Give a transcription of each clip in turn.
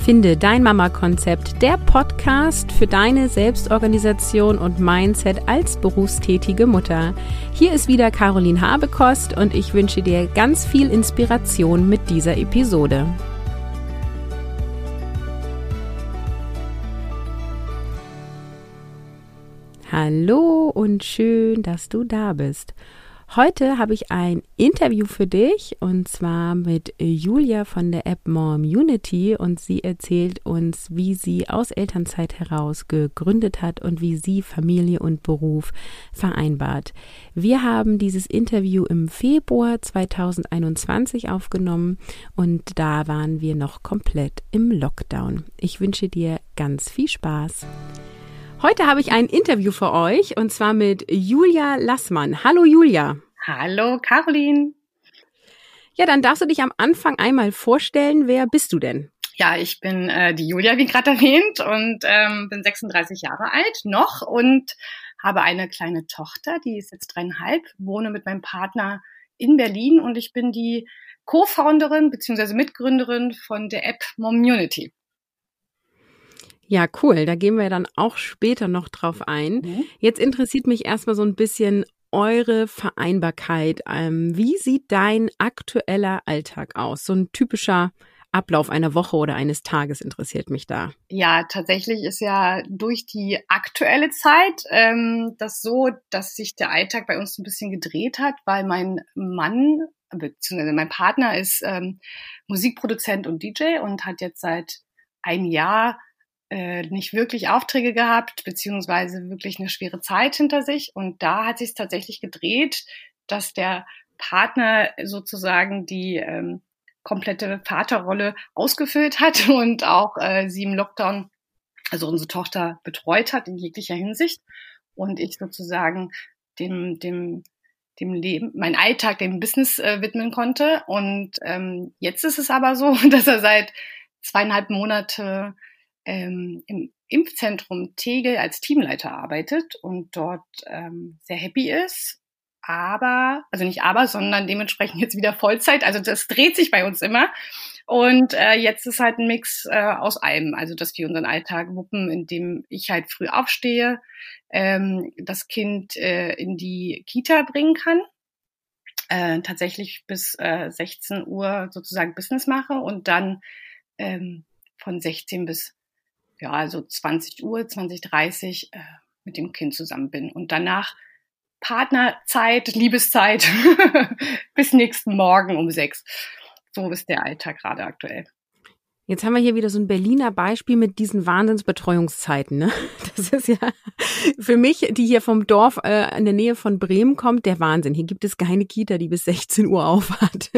Finde dein Mama-Konzept, der Podcast für deine Selbstorganisation und Mindset als berufstätige Mutter. Hier ist wieder Caroline Habekost und ich wünsche dir ganz viel Inspiration mit dieser Episode. Hallo und schön, dass du da bist. Heute habe ich ein Interview für dich und zwar mit Julia von der App Momunity und sie erzählt uns, wie sie aus Elternzeit heraus gegründet hat und wie sie Familie und Beruf vereinbart. Wir haben dieses Interview im Februar 2021 aufgenommen und da waren wir noch komplett im Lockdown. Ich wünsche dir ganz viel Spaß. Heute habe ich ein Interview für euch und zwar mit Julia Lassmann. Hallo Julia. Hallo Caroline. Ja, dann darfst du dich am Anfang einmal vorstellen. Wer bist du denn? Ja, ich bin die Julia, wie gerade erwähnt, und bin 36 Jahre alt noch und habe eine kleine Tochter, die ist jetzt 3,5, wohne mit meinem Partner in Berlin und ich bin die Co-Founderin bzw. Mitgründerin von der App Momunity. Ja, cool. Da gehen wir dann auch später noch drauf ein. Jetzt interessiert mich erstmal so ein bisschen eure Vereinbarkeit. Wie sieht dein aktueller Alltag aus? So ein typischer Ablauf einer Woche oder eines Tages interessiert mich da. Ja, tatsächlich ist ja durch die aktuelle Zeit das so, dass sich der Alltag bei uns ein bisschen gedreht hat, weil mein Mann bzw. mein Partner ist Musikproduzent und DJ und hat jetzt seit einem Jahr nicht wirklich Aufträge gehabt, beziehungsweise wirklich eine schwere Zeit hinter sich. Und da hat sich es tatsächlich gedreht, dass der Partner sozusagen die komplette Vaterrolle ausgefüllt hat und auch sie im Lockdown, also unsere Tochter, betreut hat in jeglicher Hinsicht. Und ich sozusagen dem Leben, mein Alltag, dem Business widmen konnte. Und jetzt ist es aber so, dass er seit 2,5 Monate im Impfzentrum Tegel als Teamleiter arbeitet und dort sehr happy ist, sondern dementsprechend jetzt wieder Vollzeit, also das dreht sich bei uns immer und jetzt ist halt ein Mix aus allem, also dass wir unseren Alltag wuppen, indem ich halt früh aufstehe, das Kind in die Kita bringen kann, tatsächlich bis 16 Uhr sozusagen Business mache und dann von 16 bis also 20 Uhr, 20:30 mit dem Kind zusammen bin. Und danach Partnerzeit, Liebeszeit bis nächsten Morgen um 6. So ist der Alltag gerade aktuell. Jetzt haben wir hier wieder so ein Berliner Beispiel mit diesen Wahnsinnsbetreuungszeiten, ne? Das ist ja für mich, die hier vom Dorf in der Nähe von Bremen kommt, der Wahnsinn. Hier gibt es keine Kita, die bis 16 Uhr auf hat.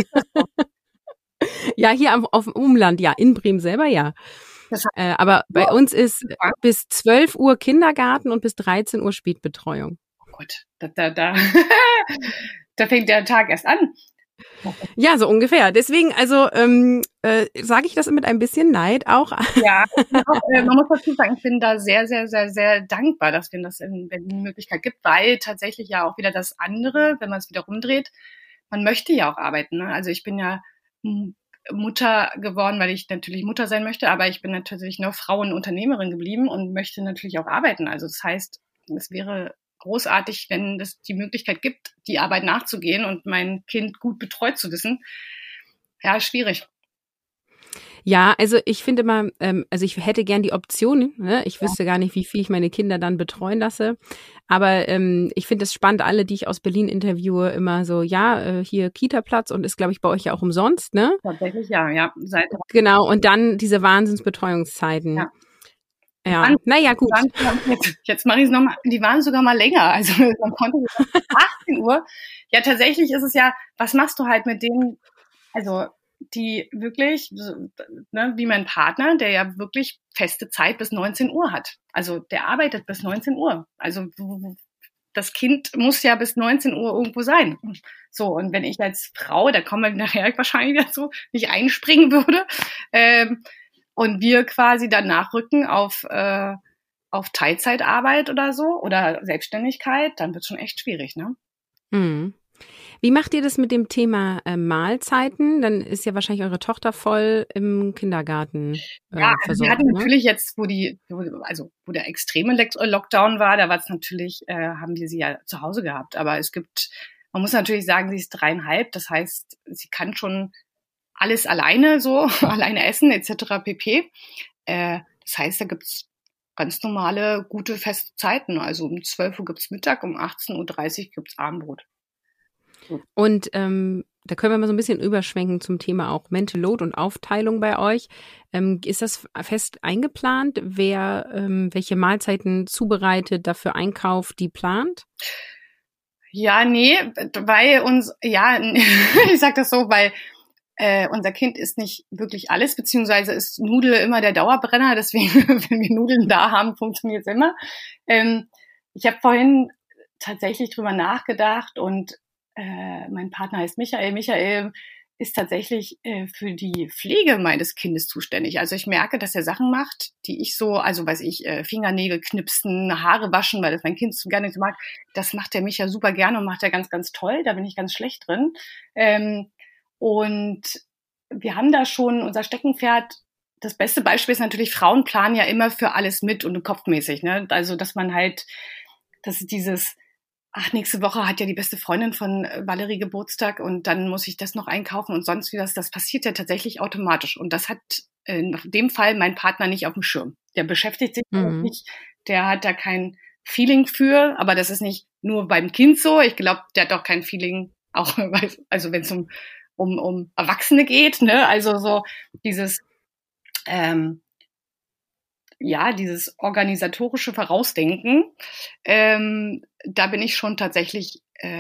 Ja, hier auf dem Umland, ja, in Bremen selber, ja. Aber bei uns ist bis 12 Uhr Kindergarten und bis 13 Uhr Spätbetreuung. Oh Gott, da fängt der Tag erst an. Ja, so ungefähr. Deswegen, also sage ich das mit ein bisschen Neid auch. Ja, man muss dazu sagen, ich bin da sehr, sehr, sehr, sehr dankbar, dass wir das in Berlin die Möglichkeit gibt, weil tatsächlich ja auch wieder das andere, wenn man es wieder rumdreht, man möchte ja auch arbeiten. Ne? Also ich bin ja Mutter geworden, weil ich natürlich Mutter sein möchte, aber ich bin natürlich noch Frau und Unternehmerin geblieben und möchte natürlich auch arbeiten. Also das heißt, es wäre großartig, wenn es die Möglichkeit gibt, die Arbeit nachzugehen und mein Kind gut betreut zu wissen. Ja, schwierig. Ja, also ich finde immer, also ich hätte gern die Option, ne? Ich wüsste gar nicht, wie viel ich meine Kinder dann betreuen lasse, aber ich finde es spannend, alle, die ich aus Berlin interviewe, immer so, hier Kita-Platz und ist, glaube ich, bei euch ja auch umsonst, ne? Tatsächlich, ja. Genau, und dann diese Wahnsinnsbetreuungszeiten. Ja. Ja, naja, gut. Jetzt mache ich es nochmal, die waren sogar mal länger, also man konnte 18 Uhr. Ja, tatsächlich ist es ja, was machst du halt mit denen, also die wirklich, ne, wie mein Partner, der ja wirklich feste Zeit bis 19 Uhr hat. Also der arbeitet bis 19 Uhr. Also das Kind muss ja bis 19 Uhr irgendwo sein. So, und wenn ich als Frau, da kommen wir nachher wahrscheinlich dazu, nicht einspringen würde, und wir quasi dann nachrücken auf Teilzeitarbeit oder so oder Selbstständigkeit, dann wird es schon echt schwierig, ne? Mhm. Wie macht ihr das mit dem Thema Mahlzeiten? Dann ist ja wahrscheinlich eure Tochter voll im Kindergarten Ja, also wir versorgt, hatten ne? natürlich jetzt, wo der extreme Lockdown war, da war es natürlich, haben wir sie ja zu Hause gehabt. Aber man muss natürlich sagen, sie ist 3,5, das heißt, sie kann schon alles alleine so, alleine essen etc. pp. Das heißt, da gibt's ganz normale, gute, feste Zeiten. Also um 12 Uhr gibt's Mittag, um 18:30 Uhr gibt's Abendbrot. Und da können wir mal so ein bisschen überschwenken zum Thema auch Mental Load und Aufteilung bei euch. Ist das fest eingeplant, wer welche Mahlzeiten zubereitet, dafür einkauft, die plant? Ja, nee, ich sag das so, weil unser Kind isst nicht wirklich alles, beziehungsweise ist Nudel immer der Dauerbrenner, deswegen, wenn wir Nudeln da haben, funktioniert's immer. Ich habe vorhin tatsächlich drüber nachgedacht und mein Partner heißt Michael. Michael ist tatsächlich für die Pflege meines Kindes zuständig. Also ich merke, dass er Sachen macht, die ich so, also weiß ich, Fingernägel knipsen, Haare waschen, weil das mein Kind so gerne so mag. Das macht der Micha super gerne und macht er ganz, ganz toll. Da bin ich ganz schlecht drin. Und wir haben da schon unser Steckenpferd. Das beste Beispiel ist natürlich, Frauen planen ja immer für alles mit und kopfmäßig, ne? Also, dass ist dieses, nächste Woche hat ja die beste Freundin von Valerie Geburtstag und dann muss ich das noch einkaufen und sonst wie das passiert ja tatsächlich automatisch. Und das hat in dem Fall mein Partner nicht auf dem Schirm. Der beschäftigt sich nicht, der hat da kein Feeling für, aber das ist nicht nur beim Kind so. Ich glaube, der hat auch kein Feeling, auch, also wenn es um Erwachsene geht, ne? Also so dieses, dieses organisatorische Vorausdenken, da bin ich schon tatsächlich,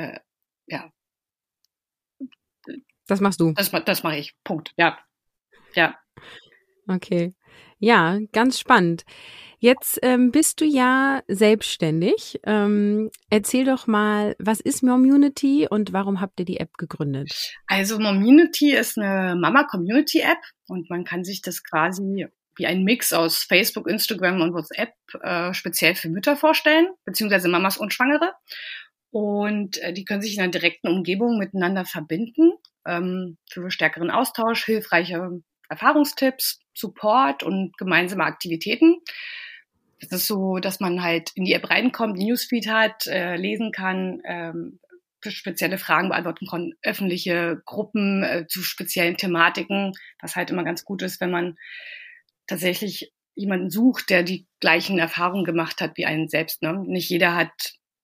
Das machst du. Das mache ich. Punkt. Ja. Ja. Okay. Ja, ganz spannend. Jetzt bist du ja selbstständig. Erzähl doch mal, was ist Momunity und warum habt ihr die App gegründet? Also Momunity ist eine Mama-Community-App und man kann sich das quasi wie ein Mix aus Facebook, Instagram und WhatsApp speziell für Mütter vorstellen, beziehungsweise Mamas und Schwangere. Und die können sich in einer direkten Umgebung miteinander verbinden für stärkeren Austausch, hilfreiche Erfahrungstipps, Support und gemeinsame Aktivitäten. Es ist so, dass man halt in die App reinkommt, Newsfeed hat, lesen kann, spezielle Fragen beantworten kann, öffentliche Gruppen zu speziellen Thematiken, was halt immer ganz gut ist, wenn man tatsächlich jemanden sucht, der die gleichen Erfahrungen gemacht hat wie einen selbst. Ne? Nicht jeder hat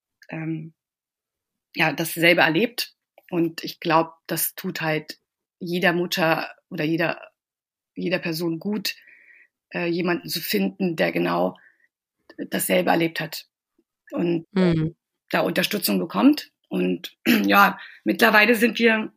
dasselbe erlebt und ich glaube, das tut halt jeder Mutter oder jeder Person gut, jemanden zu finden, der genau dasselbe erlebt hat und da Unterstützung bekommt. Und ja, mittlerweile sind wir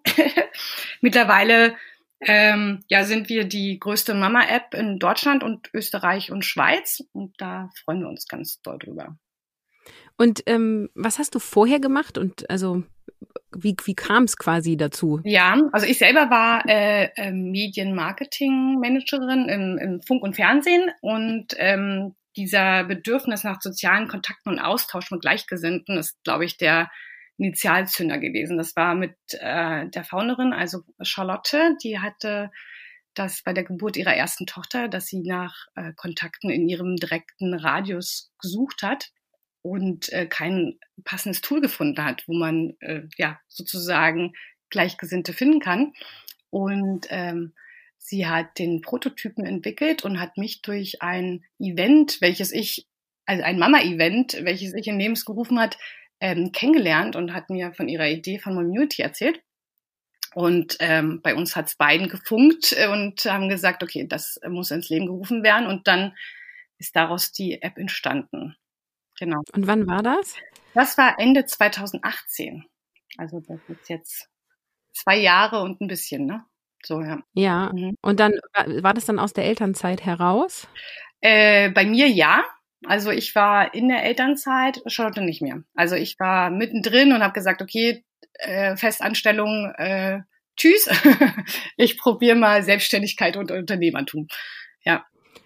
die größte Mama-App in Deutschland und Österreich und Schweiz. Und da freuen wir uns ganz doll drüber. Und was hast du vorher gemacht? Und also wie kam es quasi dazu? Ja, also ich selber war Medienmarketing-Managerin im Funk und Fernsehen und dieser Bedürfnis nach sozialen Kontakten und Austausch mit Gleichgesinnten ist, glaube ich, der Initialzünder gewesen. Das war mit der Founderin, also Charlotte, die hatte das bei der Geburt ihrer ersten Tochter, dass sie nach Kontakten in ihrem direkten Radius gesucht hat und kein passendes Tool gefunden hat, wo man sozusagen Gleichgesinnte finden kann. Und sie hat den Prototypen entwickelt und hat mich durch ein Event, ein Mama-Event, welches ich in Lebens gerufen hat, kennengelernt und hat mir von ihrer Idee von Momunity erzählt. Und bei uns hat es beiden gefunkt und haben gesagt, okay, das muss ins Leben gerufen werden. Und dann ist daraus die App entstanden. Genau. Und wann war das? Das war Ende 2018. Also das ist jetzt 2 Jahre und ein bisschen, ne? So, ja. Ja, und dann war das dann aus der Elternzeit heraus? Bei mir ja. Also ich war in der Elternzeit, Charlotte nicht mehr. Also ich war mittendrin und habe gesagt, okay, Festanstellung, tschüss. Ich probiere mal Selbstständigkeit und Unternehmertum. Ja.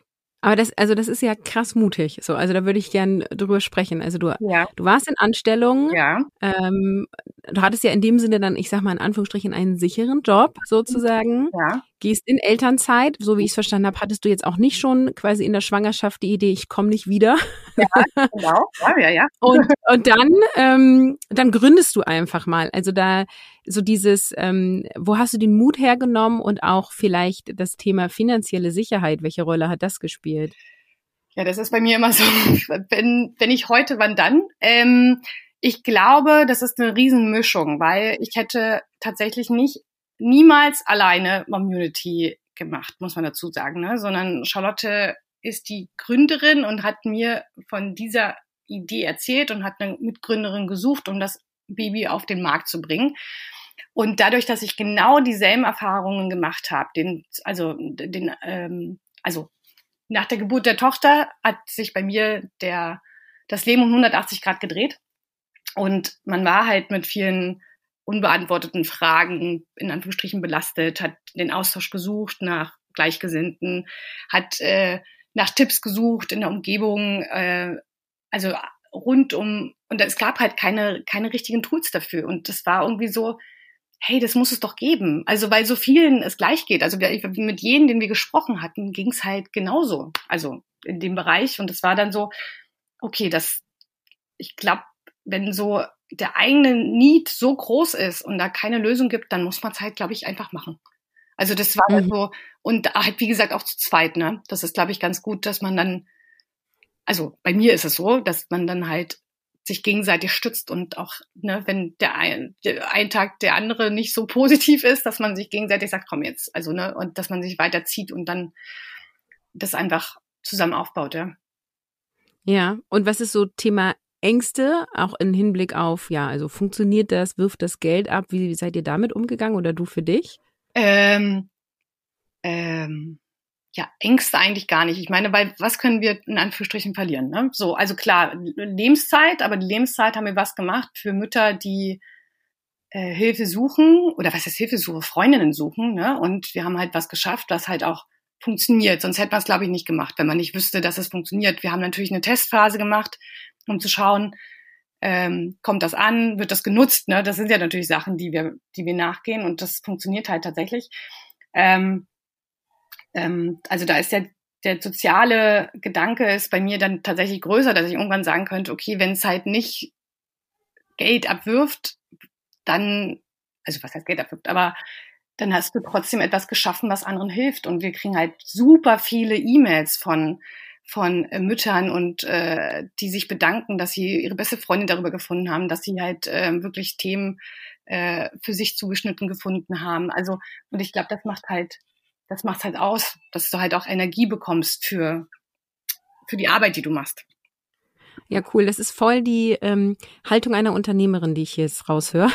Aber das ist ja krass mutig. So, also da würde ich gern drüber sprechen. Also du warst in Anstellung, du hattest ja in dem Sinne dann, ich sag mal in Anführungsstrichen, einen sicheren Job sozusagen. Ja. Gehst in Elternzeit, so wie ich es verstanden habe, hattest du jetzt auch nicht schon quasi in der Schwangerschaft die Idee, ich komme nicht wieder. Ja, genau. Ja. Und dann gründest du einfach mal. Also da so dieses, wo hast du den Mut hergenommen und auch vielleicht das Thema finanzielle Sicherheit, welche Rolle hat das gespielt? Ja, das ist bei mir immer so, wenn ich heute, wann dann? Ich glaube, das ist eine Riesenmischung, weil ich hätte tatsächlich niemals alleine Momunity gemacht, muss man dazu sagen, ne? Sondern Charlotte ist die Gründerin und hat mir von dieser Idee erzählt und hat eine Mitgründerin gesucht, um das Baby auf den Markt zu bringen. Und dadurch, dass ich genau dieselben Erfahrungen gemacht habe, also nach der Geburt der Tochter hat sich bei mir das Leben um 180 Grad gedreht. Und man war halt mit vielen unbeantworteten Fragen in Anführungsstrichen belastet, hat den Austausch gesucht nach Gleichgesinnten, hat nach Tipps gesucht in der Umgebung, also rundum, und es gab halt keine richtigen Tools dafür. Und das war irgendwie so, hey, das muss es doch geben. Also weil so vielen es gleich geht. Also mit jedem, den wir gesprochen hatten, ging es halt genauso. Also in dem Bereich. Und es war dann so, okay, ich glaube, wenn so der eigene Need so groß ist und da keine Lösung gibt, dann muss man es halt, glaube ich, einfach machen. Also das war halt so, und halt, wie gesagt, auch zu zweit, ne? Das ist, glaube ich, ganz gut, dass man dann, also bei mir ist es so, dass man dann halt sich gegenseitig stützt und auch, ne, wenn ein Tag der andere nicht so positiv ist, dass man sich gegenseitig sagt, komm jetzt, also, ne, und dass man sich weiterzieht und dann das einfach zusammen aufbaut, ja. Ja, und was ist so Thema Ängste, auch im Hinblick auf, ja, also funktioniert das, wirft das Geld ab, wie seid ihr damit umgegangen oder du für dich? Ja, Ängste eigentlich gar nicht. Ich meine, weil was können wir in Anführungsstrichen verlieren? Ne? So, also klar, Lebenszeit, aber die Lebenszeit haben wir was gemacht für Mütter, die Hilfe suchen, oder was heißt Hilfe suchen, Freundinnen suchen, ne? Und wir haben halt was geschafft, was halt auch funktioniert. Sonst hätte man es, glaube ich, nicht gemacht, wenn man nicht wüsste, dass es funktioniert. Wir haben natürlich eine Testphase gemacht, um zu schauen, kommt das an, wird das genutzt, ne? Das sind ja natürlich Sachen, die wir nachgehen, und das funktioniert halt tatsächlich. Also da ist der soziale Gedanke ist bei mir dann tatsächlich größer, dass ich irgendwann sagen könnte, okay, wenn es halt nicht Geld abwirft, dann, also was heißt Geld abwirft, aber dann hast du trotzdem etwas geschaffen, was anderen hilft. Und wir kriegen halt super viele E-Mails von Müttern und die sich bedanken, dass sie ihre beste Freundin darüber gefunden haben, dass sie halt wirklich Themen für sich zugeschnitten gefunden haben. Also, und ich glaube, das macht's halt aus, dass du halt auch Energie bekommst für die Arbeit, die du machst. Ja, cool. Das ist voll die Haltung einer Unternehmerin, die ich jetzt raushöre.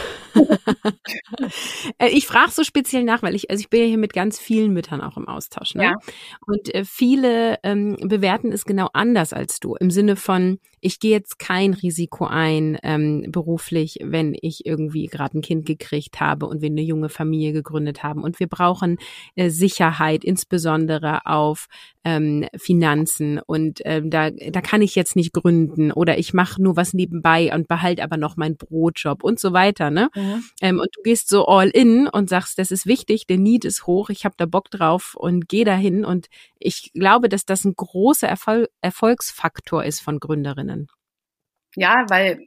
Ich frage so speziell nach, weil ich bin ja hier mit ganz vielen Müttern auch im Austausch, ne? Ja. Und viele bewerten es genau anders als du. Im Sinne von, ich gehe jetzt kein Risiko ein, beruflich, wenn ich irgendwie gerade ein Kind gekriegt habe und wir eine junge Familie gegründet haben. Und wir brauchen Sicherheit, insbesondere auf Finanzen. Und da kann ich jetzt nicht gründen oder ich mache nur was nebenbei und behalte aber noch meinen Brotjob und so weiter, ne? Und du gehst so all in und sagst, das ist wichtig, der Need ist hoch, ich habe da Bock drauf und geh dahin. Und ich glaube, dass das ein großer Erfolgsfaktor ist von Gründerinnen. Ja, weil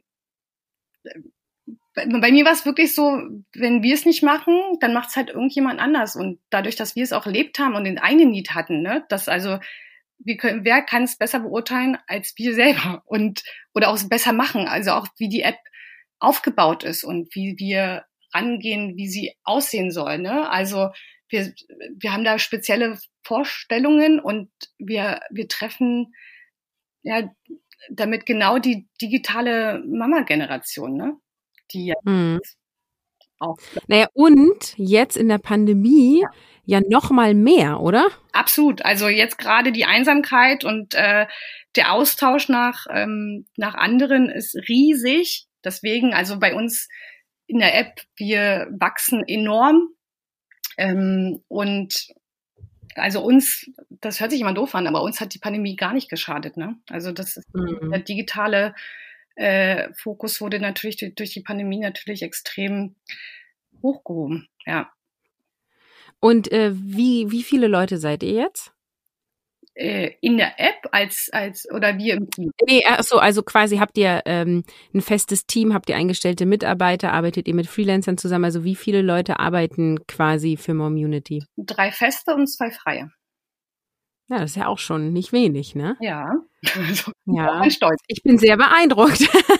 bei mir war es wirklich so, wenn wir es nicht machen, dann macht es halt irgendjemand anders. Und dadurch, dass wir es auch erlebt haben und den einen Need hatten, ne, dass also wer kann es besser beurteilen als wir selber oder auch besser machen, also auch wie die App aufgebaut ist und wie wir rangehen, wie sie aussehen soll, ne? Also wir haben da spezielle Vorstellungen und wir treffen ja damit genau die digitale Mama-Generation, ne? Die ja auch. Naja, und jetzt in der Pandemie ja noch mal mehr, oder? Absolut. Also jetzt gerade die Einsamkeit und der Austausch nach anderen ist riesig. Deswegen, also bei uns in der App, wir wachsen enorm. Und also uns, das hört sich immer doof an, aber uns hat die Pandemie gar nicht geschadet, ne? Also das ist, der digitale Fokus wurde natürlich durch die Pandemie natürlich extrem hochgehoben, ja. Und wie viele Leute seid ihr jetzt? In der App oder wir im Team? Nee, achso, also quasi habt ihr ein festes Team, habt ihr eingestellte Mitarbeiter, arbeitet ihr mit Freelancern zusammen? Also wie viele Leute arbeiten quasi für Momunity? 3 Feste und 2 Freie. Ja, das ist ja auch schon nicht wenig, ne? Ja, also Ja, auch stolz. ich bin sehr beeindruckt.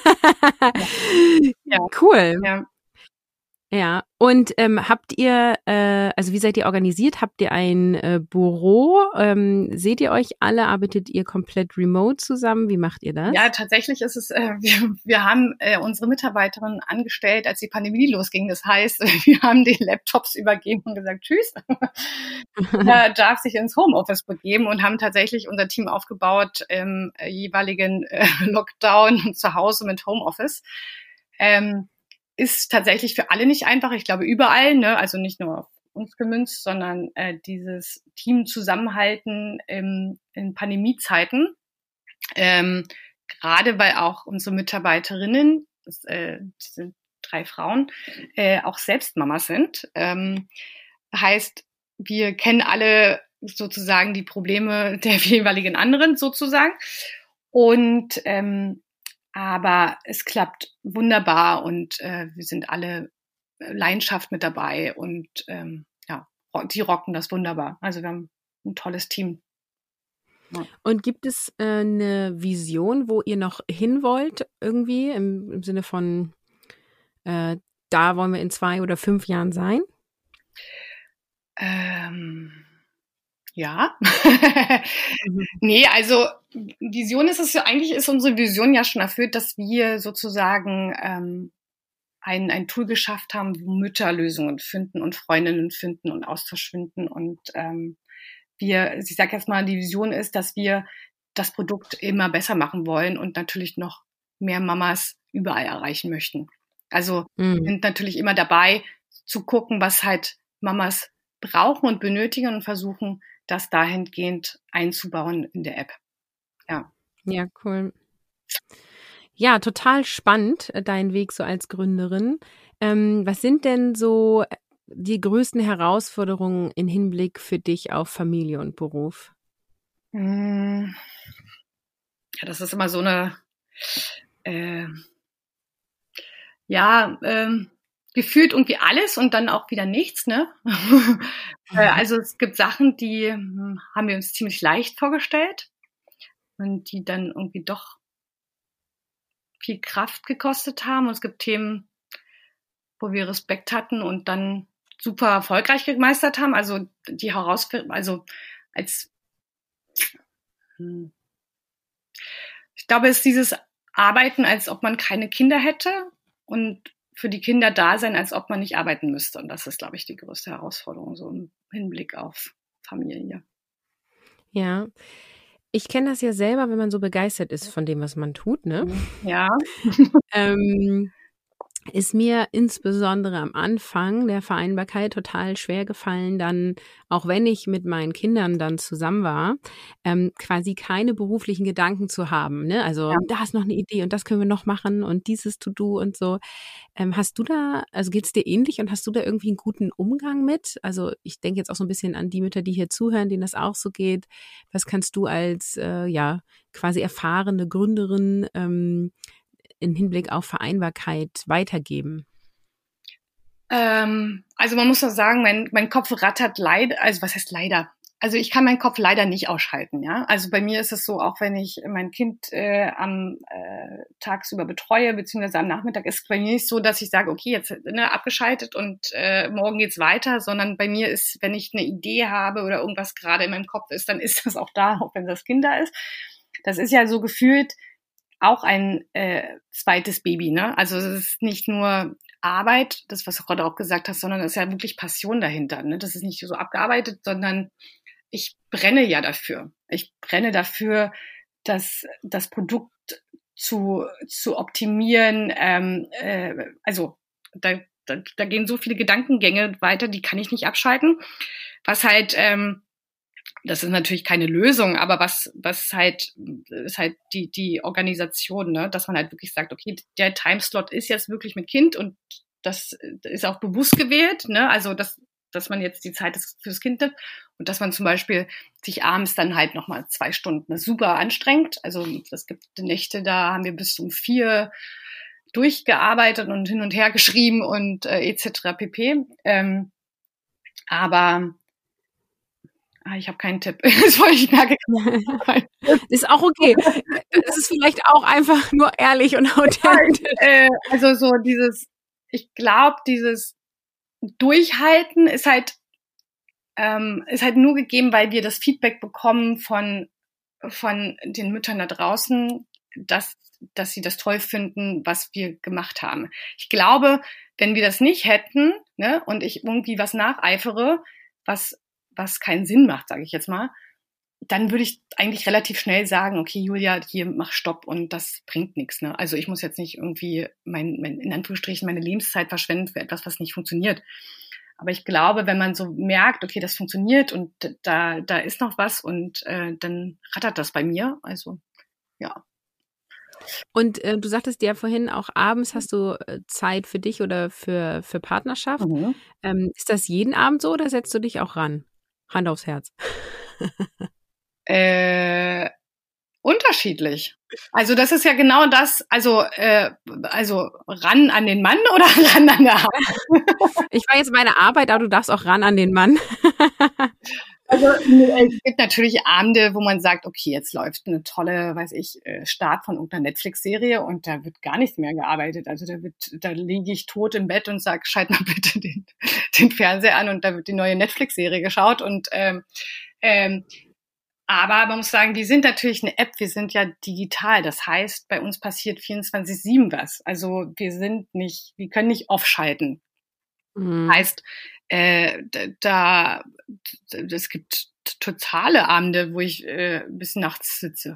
Ja. Cool. Ja. Ja, und habt ihr, also wie seid ihr organisiert? Habt ihr ein Büro? Seht ihr euch alle? Arbeitet ihr komplett remote zusammen? Wie macht ihr das? Ja, tatsächlich ist es, wir haben unsere Mitarbeiterin angestellt, als die Pandemie losging. Das heißt, wir haben die Laptops übergeben und gesagt, tschüss, darf sich ins Homeoffice begeben und haben tatsächlich unser Team aufgebaut im jeweiligen Lockdown zu Hause mit Homeoffice. Ist tatsächlich für alle nicht einfach. Ich glaube überall, ne? Also nicht nur auf uns gemünzt, sondern dieses Team zusammenhalten in Pandemiezeiten. Gerade weil auch unsere Mitarbeiterinnen, das sind 3 Frauen, auch selbst Mamas sind. Heißt, wir kennen alle sozusagen die Probleme der jeweiligen anderen sozusagen. Und aber es klappt wunderbar und wir sind alle Leidenschaft mit dabei und ja, die rocken das wunderbar. Also wir haben ein tolles Team. Ja. Und gibt es eine Vision, wo ihr noch hin wollt, irgendwie im Sinne von, da wollen wir in 2 oder 5 Jahren sein? Ja. Nee, also Vision ist es ja, eigentlich ist unsere Vision ja schon erfüllt, dass wir sozusagen ein Tool geschafft haben, wo Mütter Lösungen finden und Freundinnen finden und Austausch finden. Und ich sage jetzt mal, die Vision ist, dass wir das Produkt immer besser machen wollen und natürlich noch mehr Mamas überall erreichen möchten. Also wir sind natürlich immer dabei zu gucken, was halt Mamas brauchen und benötigen und versuchen, das dahingehend einzubauen in der App. Ja. Ja, cool. Ja, total spannend, dein Weg so als Gründerin. Was sind denn so die größten Herausforderungen im Hinblick für dich auf Familie und Beruf? Ja, das ist immer so eine, gefühlt irgendwie alles und dann auch wieder nichts, ne? Also es gibt Sachen, die haben wir uns ziemlich leicht vorgestellt und die dann irgendwie doch viel Kraft gekostet haben. Und es gibt Themen, wo wir Respekt hatten und dann super erfolgreich gemeistert haben. Also die Herausforderung, ich glaube, es ist dieses Arbeiten, als ob man keine Kinder hätte und für die Kinder da sein, als ob man nicht arbeiten müsste. Und das ist, glaube ich, die größte Herausforderung, so im Hinblick auf Familie. Ja, ich kenne das ja selber, wenn man so begeistert ist von dem, was man tut, ne? Ja. Ist mir insbesondere am Anfang der Vereinbarkeit total schwer gefallen, dann, auch wenn ich mit meinen Kindern dann zusammen war, quasi keine beruflichen Gedanken zu haben, ne? Also, da ist noch eine Idee und das können wir noch machen und dieses To-Do und so. Hast du da, also geht's dir ähnlich und hast du da irgendwie einen guten Umgang mit? Also, ich denke jetzt auch so ein bisschen an die Mütter, die hier zuhören, denen das auch so geht. Was kannst du als, quasi erfahrene Gründerin, in Hinblick auf Vereinbarkeit weitergeben? Also man muss doch sagen, mein Kopf rattert leider, also was heißt leider? Also ich kann meinen Kopf leider nicht ausschalten, ja. Also bei mir ist es so, auch wenn ich mein Kind tagsüber betreue, beziehungsweise am Nachmittag, ist bei mir nicht so, dass ich sage, okay, jetzt abgeschaltet und morgen geht's weiter, sondern bei mir ist, wenn ich eine Idee habe oder irgendwas gerade in meinem Kopf ist, dann ist das auch da, auch wenn das Kind da ist. Das ist ja so gefühlt auch ein zweites Baby, ne? Also es ist nicht nur Arbeit, das, was du gerade auch gesagt hast, sondern es ist ja wirklich Passion dahinter, ne? Das ist nicht so abgearbeitet, sondern ich brenne ja dafür. Ich brenne dafür, das Produkt zu optimieren. Also da gehen so viele Gedankengänge weiter, die kann ich nicht abschalten. Was halt Das ist natürlich keine Lösung, aber was halt, ist halt die Organisation, ne? Dass man halt wirklich sagt, okay, der Timeslot ist jetzt wirklich mit Kind und das ist auch bewusst gewählt, ne? Also, dass man jetzt die Zeit fürs Kind nimmt und dass man zum Beispiel sich abends dann halt nochmal 2 Stunden, das ist super anstrengend. Also, es gibt Nächte, da haben wir bis um 4 durchgearbeitet und hin und her geschrieben und etc. pp. Aber ich habe keinen Tipp. Das wollte ich merke. Ist auch okay. Es ist vielleicht auch einfach nur ehrlich und authentisch. Also so ich glaube, dieses Durchhalten ist halt nur gegeben, weil wir das Feedback bekommen von den Müttern da draußen, dass sie das toll finden, was wir gemacht haben. Ich glaube, wenn wir das nicht hätten, ne, und ich irgendwie was nacheifere, was keinen Sinn macht, sage ich jetzt mal, dann würde ich eigentlich relativ schnell sagen, okay, Julia, hier mach Stopp und das bringt nichts. Ne? Also ich muss jetzt nicht irgendwie in Anführungsstrichen meine Lebenszeit verschwenden für etwas, was nicht funktioniert. Aber ich glaube, wenn man so merkt, okay, das funktioniert und da ist noch was und dann rattert das bei mir. Also ja. Und du sagtest ja vorhin, auch abends hast du Zeit für dich oder für Partnerschaft. Mhm. Ist das jeden Abend so oder setzt du dich auch ran? Hand aufs Herz. Unterschiedlich. Also das ist ja genau das, also ran an den Mann oder ran an der Arbeit? Ich war jetzt meine Arbeit, aber du darfst auch ran an den Mann. Also es gibt natürlich Abende, wo man sagt, okay, jetzt läuft eine tolle, Start von irgendeiner Netflix-Serie und da wird gar nichts mehr gearbeitet. Also da liege ich tot im Bett und sage, schalt mal bitte den Fernseher an und da wird die neue Netflix-Serie geschaut und aber man muss sagen, wir sind natürlich eine App, wir sind ja digital. Das heißt, bei uns passiert 24/7 was. Also wir können nicht off-schalten. Mhm. Heißt, es gibt totale Abende, wo ich bis nachts sitze.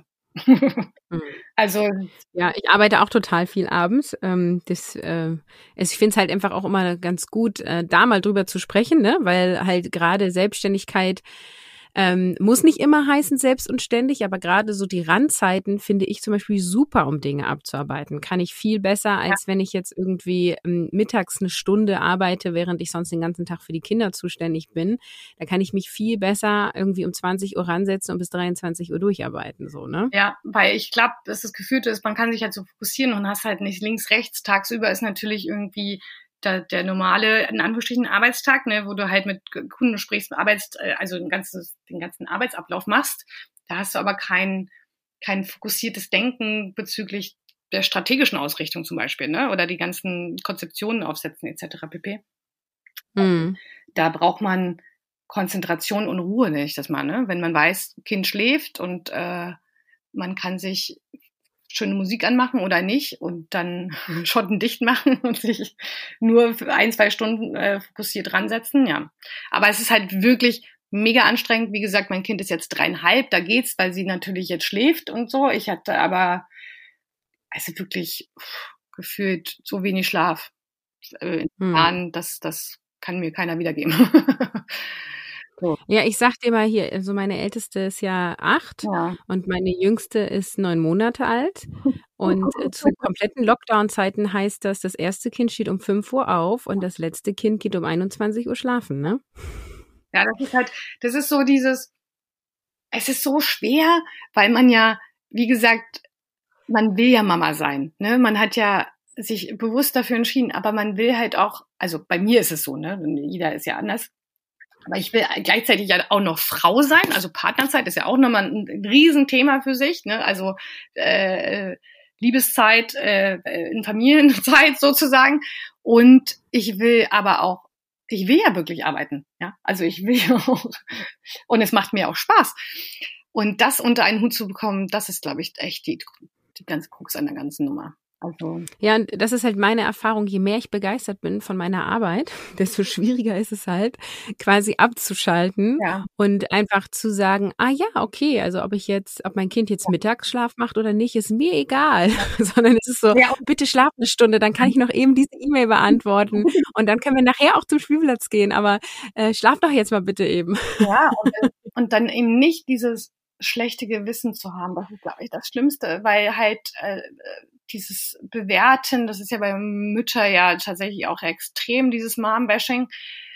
Also ja, ich arbeite auch total viel abends. Ich finde es halt einfach auch immer ganz gut, da mal drüber zu sprechen, ne? Weil halt gerade Selbstständigkeit muss nicht immer heißen selbst und ständig, aber gerade so die Randzeiten finde ich zum Beispiel super, um Dinge abzuarbeiten. Kann ich viel besser, als wenn ich jetzt irgendwie mittags eine Stunde arbeite, während ich sonst den ganzen Tag für die Kinder zuständig bin. Da kann ich mich viel besser irgendwie um 20 Uhr ransetzen und bis 23 Uhr durcharbeiten, so, ne? Ja, weil ich glaube, dass das Gefühlte ist, man kann sich halt so fokussieren und hast halt nicht links, rechts. Tagsüber ist natürlich irgendwie der normale, in Anführungsstrichen, Arbeitstag, ne, wo du halt mit Kunden sprichst, also den ganzen Arbeitsablauf machst. Da hast du aber kein fokussiertes Denken bezüglich der strategischen Ausrichtung zum Beispiel, ne, oder die ganzen Konzeptionen aufsetzen etc. pp. Mhm. Da braucht man Konzentration und Ruhe, nenne ich das mal, ne? Wenn man weiß, Kind schläft und man kann sich schöne Musik anmachen oder nicht und dann Schotten dicht machen und sich nur für 1-2 Stunden fokussiert ransetzen, ja. Aber es ist halt wirklich mega anstrengend. Wie gesagt, mein Kind ist jetzt 3,5, da geht's, weil sie natürlich jetzt schläft und so. Ich hatte aber also wirklich gefühlt so wenig Schlaf in Jahren, das kann mir keiner wiedergeben. So. Ja, ich sag dir mal hier, also meine Älteste ist ja 8 und meine Jüngste ist 9 Monate alt. Und zu kompletten Lockdown-Zeiten heißt das erste Kind steht um 5 Uhr auf und das letzte Kind geht um 21 Uhr schlafen, ne? Ja, das ist so es ist so schwer, weil man ja, wie gesagt, man will ja Mama sein, ne? Man hat ja sich bewusst dafür entschieden, aber man will halt auch, also bei mir ist es so, ne? Jeder ist ja anders. Aber ich will gleichzeitig ja auch noch Frau sein, also Partnerzeit ist ja auch nochmal ein Riesenthema für sich, ne? Also Liebeszeit in Familienzeit sozusagen. Und ich will ja wirklich arbeiten, ja. Also ich will ja auch, und es macht mir auch Spaß. Und das unter einen Hut zu bekommen, das ist, glaube ich, echt die ganze Krux an der ganzen Nummer. Also Ja, und das ist halt meine Erfahrung. Je mehr ich begeistert bin von meiner Arbeit, desto schwieriger ist es halt, quasi abzuschalten ja, und einfach zu sagen, ah ja, okay, also ob mein Kind jetzt Mittagsschlaf macht oder nicht, ist mir egal, sondern es ist so, ja, bitte schlaf eine Stunde, dann kann ich noch eben diese E-Mail beantworten und dann können wir nachher auch zum Spielplatz gehen, aber schlaf doch jetzt mal bitte eben. ja, und dann eben nicht dieses schlechte Gewissen zu haben. Das ist, glaube ich, das Schlimmste, weil halt dieses Bewerten, das ist ja bei Müttern ja tatsächlich auch extrem, dieses Mom-Bashing,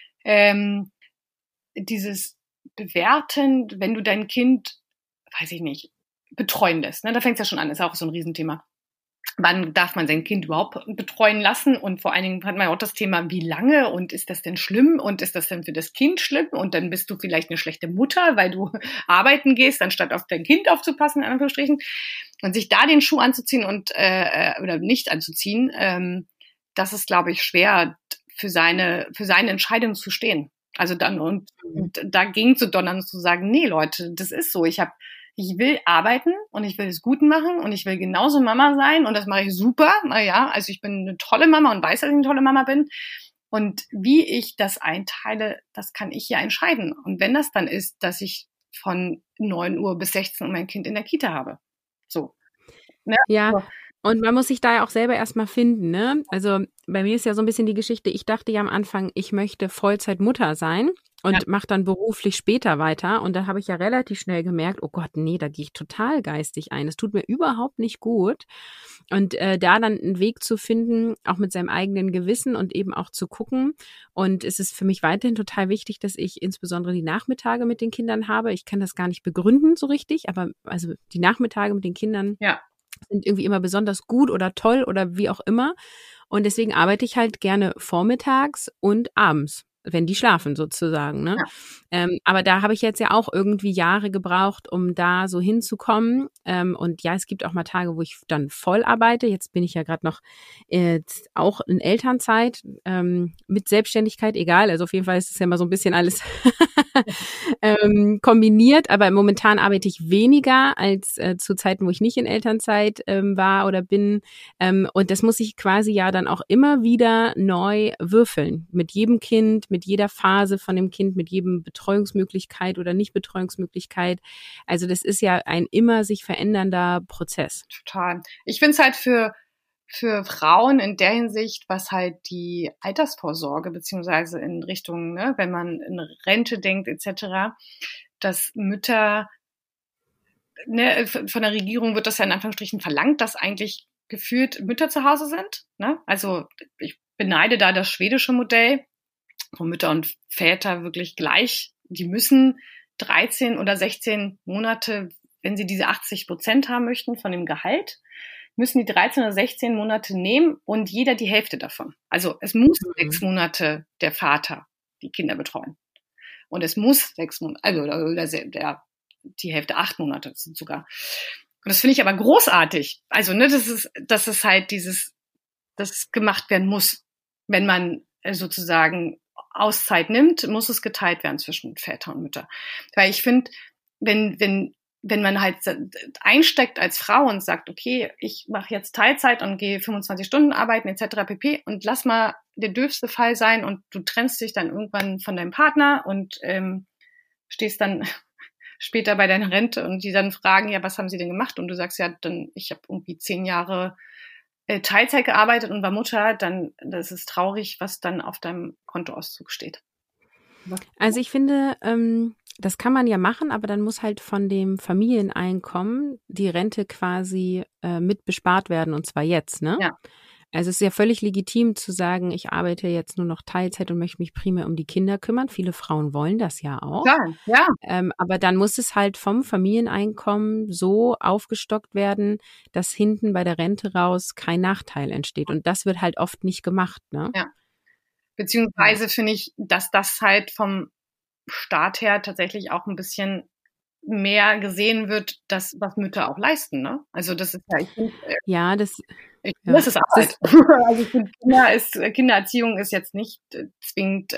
ähm, dieses Bewerten, wenn du dein Kind, weiß ich nicht, betreuen lässt. Ne? Da fängt es ja schon an, ist auch so ein Riesenthema. Wann darf man sein Kind überhaupt betreuen lassen? Und vor allen Dingen hat man ja auch das Thema, wie lange und ist das denn schlimm und ist das denn für das Kind schlimm? Und dann bist du vielleicht eine schlechte Mutter, weil du arbeiten gehst, anstatt auf dein Kind aufzupassen, in Anführungsstrichen. Und sich da den Schuh anzuziehen und oder nicht anzuziehen, das ist, glaube ich, schwer für seine Entscheidung zu stehen. Also dann und dagegen zu donnern und zu sagen, nee, Leute, das ist so. Ich will arbeiten und ich will es gut machen und ich will genauso Mama sein und das mache ich super. Naja, also ich bin eine tolle Mama und weiß, dass ich eine tolle Mama bin. Und wie ich das einteile, das kann ich ja entscheiden. Und wenn das dann ist, dass ich von 9 Uhr bis 16 Uhr mein Kind in der Kita habe. So. Ne? Ja, Also, und man muss sich da ja auch selber erstmal finden, ne? Also bei mir ist ja so ein bisschen die Geschichte, ich dachte ja am Anfang, ich möchte Vollzeitmutter sein ja, und mache dann beruflich später weiter. Und da habe ich ja relativ schnell gemerkt, oh Gott, nee, da gehe ich total geistig ein. Es tut mir überhaupt nicht gut. Und da dann einen Weg zu finden, auch mit seinem eigenen Gewissen und eben auch zu gucken. Und es ist für mich weiterhin total wichtig, dass ich insbesondere die Nachmittage mit den Kindern habe. Ich kann das gar nicht begründen so richtig, aber also die Nachmittage mit den Kindern ja, sind irgendwie immer besonders gut oder toll oder wie auch immer. Und deswegen arbeite ich halt gerne vormittags und abends, wenn die schlafen sozusagen. Ne? ja. Aber da habe ich jetzt ja auch irgendwie Jahre gebraucht, um da so hinzukommen. Und ja, es gibt auch mal Tage, wo ich dann voll arbeite. Jetzt bin ich ja gerade noch auch in Elternzeit mit Selbstständigkeit, egal. Also auf jeden Fall ist es ja immer so ein bisschen alles kombiniert. Aber momentan arbeite ich weniger als zu Zeiten, wo ich nicht in Elternzeit war oder bin. Und das muss ich quasi ja dann auch immer wieder neu würfeln. Mit jedem Kind, mit jeder Phase von dem Kind, mit jedem Betreuungsmöglichkeit oder Nicht-Betreuungsmöglichkeit. Also das ist ja ein immer sich verändernder Prozess. Total. Ich finde es halt für Frauen in der Hinsicht, was halt die Altersvorsorge beziehungsweise in Richtung, ne, wenn man in Rente denkt etc., dass Mütter, ne, von der Regierung wird das ja in Anführungsstrichen verlangt, dass eigentlich gefühlt Mütter zu Hause sind. Ne? Also ich beneide da das schwedische Modell, wo Mütter und Väter wirklich gleich, die müssen 13 oder 16 Monate, wenn sie diese 80% haben möchten von dem Gehalt, müssen die 13 oder 16 Monate nehmen und jeder die Hälfte davon. Also es muss 6 Monate der Vater die Kinder betreuen. Und es muss 6 Monate, also die Hälfte 8 Monate sind sogar. Und das finde ich aber großartig. Also, ne, das ist halt das gemacht werden muss. Wenn man sozusagen Auszeit nimmt, muss es geteilt werden zwischen Väter und Mütter. Weil ich finde, wenn man halt einsteckt als Frau und sagt, okay, ich mache jetzt Teilzeit und gehe 25 Stunden arbeiten etc. pp. Und lass mal der dürfste Fall sein und du trennst dich dann irgendwann von deinem Partner und stehst dann später bei deiner Rente und die dann fragen, ja, was haben sie denn gemacht? Und du sagst ja, dann ich habe irgendwie 10 Jahre Teilzeit gearbeitet und war Mutter, dann das ist traurig, was dann auf deinem Kontoauszug steht. Also ich finde, das kann man ja machen, aber dann muss halt von dem Familieneinkommen die Rente quasi mit bespart werden und zwar jetzt, ne? Ja. Also es ist ja völlig legitim zu sagen, ich arbeite jetzt nur noch Teilzeit und möchte mich primär um die Kinder kümmern. Viele Frauen wollen das ja auch. Klar, ja. Aber dann muss es halt vom Familieneinkommen so aufgestockt werden, dass hinten bei der Rente raus kein Nachteil entsteht. Und das wird halt oft nicht gemacht, ne? Ja. Beziehungsweise finde ich, dass das halt vom Staat her tatsächlich auch ein bisschen mehr gesehen wird, das, was Mütter auch leisten, ne? Also das ist ja, ich finde, Ja, das das ist Arbeit. Also ich finde, Kindererziehung ist jetzt nicht zwingend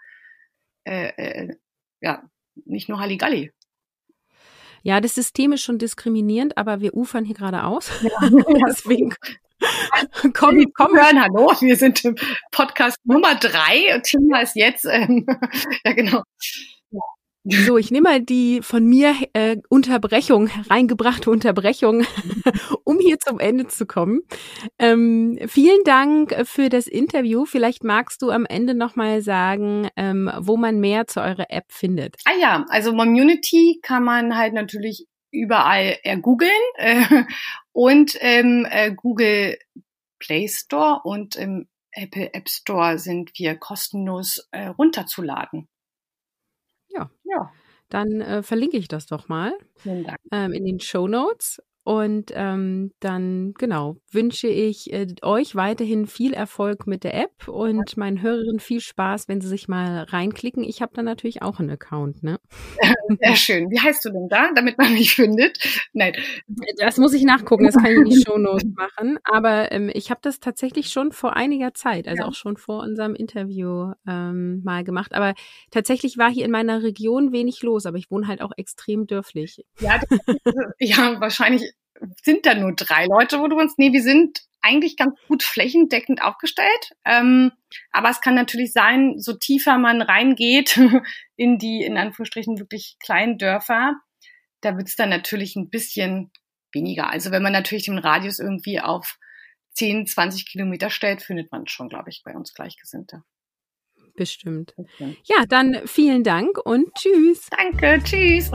ja, nicht nur Halligalli. Ja, das System ist schon diskriminierend, aber wir ufern hier gerade aus. Ja. Deswegen Komm hören, hallo, wir sind im Podcast Nummer 3 und Thema ist jetzt, ja genau. So, ich nehme mal die von mir hereingebrachte Unterbrechung, um hier zum Ende zu kommen. Vielen Dank für das Interview. Vielleicht magst du am Ende nochmal sagen, wo man mehr zu eurer App findet. Ah ja, also Momunity kann man halt natürlich überall googeln und im Google Play Store und im Apple App Store sind wir kostenlos runterzuladen. Ja. Dann verlinke ich das doch mal Vielen Dank. In den Shownotes. Und dann, genau, wünsche ich euch weiterhin viel Erfolg mit der App und meinen Hörerinnen viel Spaß, wenn sie sich mal reinklicken. Ich habe da natürlich auch einen Account, ne? Sehr schön. Wie heißt du denn da, damit man mich findet? Nein. Das muss ich nachgucken, das kann ich in die Shownotes machen. Aber ich habe das tatsächlich schon vor einiger Zeit, also auch schon vor unserem Interview mal gemacht. Aber tatsächlich war hier in meiner Region wenig los, aber ich wohne halt auch extrem dörflich. Ja, wahrscheinlich sind da nur 3 Leute, wo du uns, wir sind eigentlich ganz gut flächendeckend aufgestellt. Aber es kann natürlich sein, so tiefer man reingeht in die, in Anführungsstrichen, wirklich kleinen Dörfer, da wird es dann natürlich ein bisschen weniger. Also wenn man natürlich den Radius irgendwie auf 10, 20 Kilometer stellt, findet man schon, glaube ich, bei uns Gleichgesinnte. Bestimmt. Okay. Ja, dann vielen Dank und tschüss. Danke, tschüss.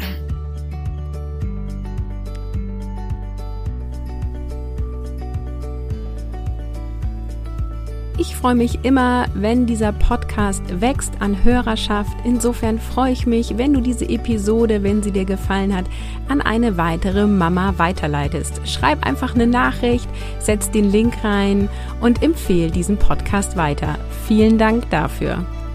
Ich freue mich immer, wenn dieser Podcast wächst an Hörerschaft. Insofern freue ich mich, wenn du diese Episode, wenn sie dir gefallen hat, an eine weitere Mama weiterleitest. Schreib einfach eine Nachricht, setz den Link rein und empfehle diesen Podcast weiter. Vielen Dank dafür.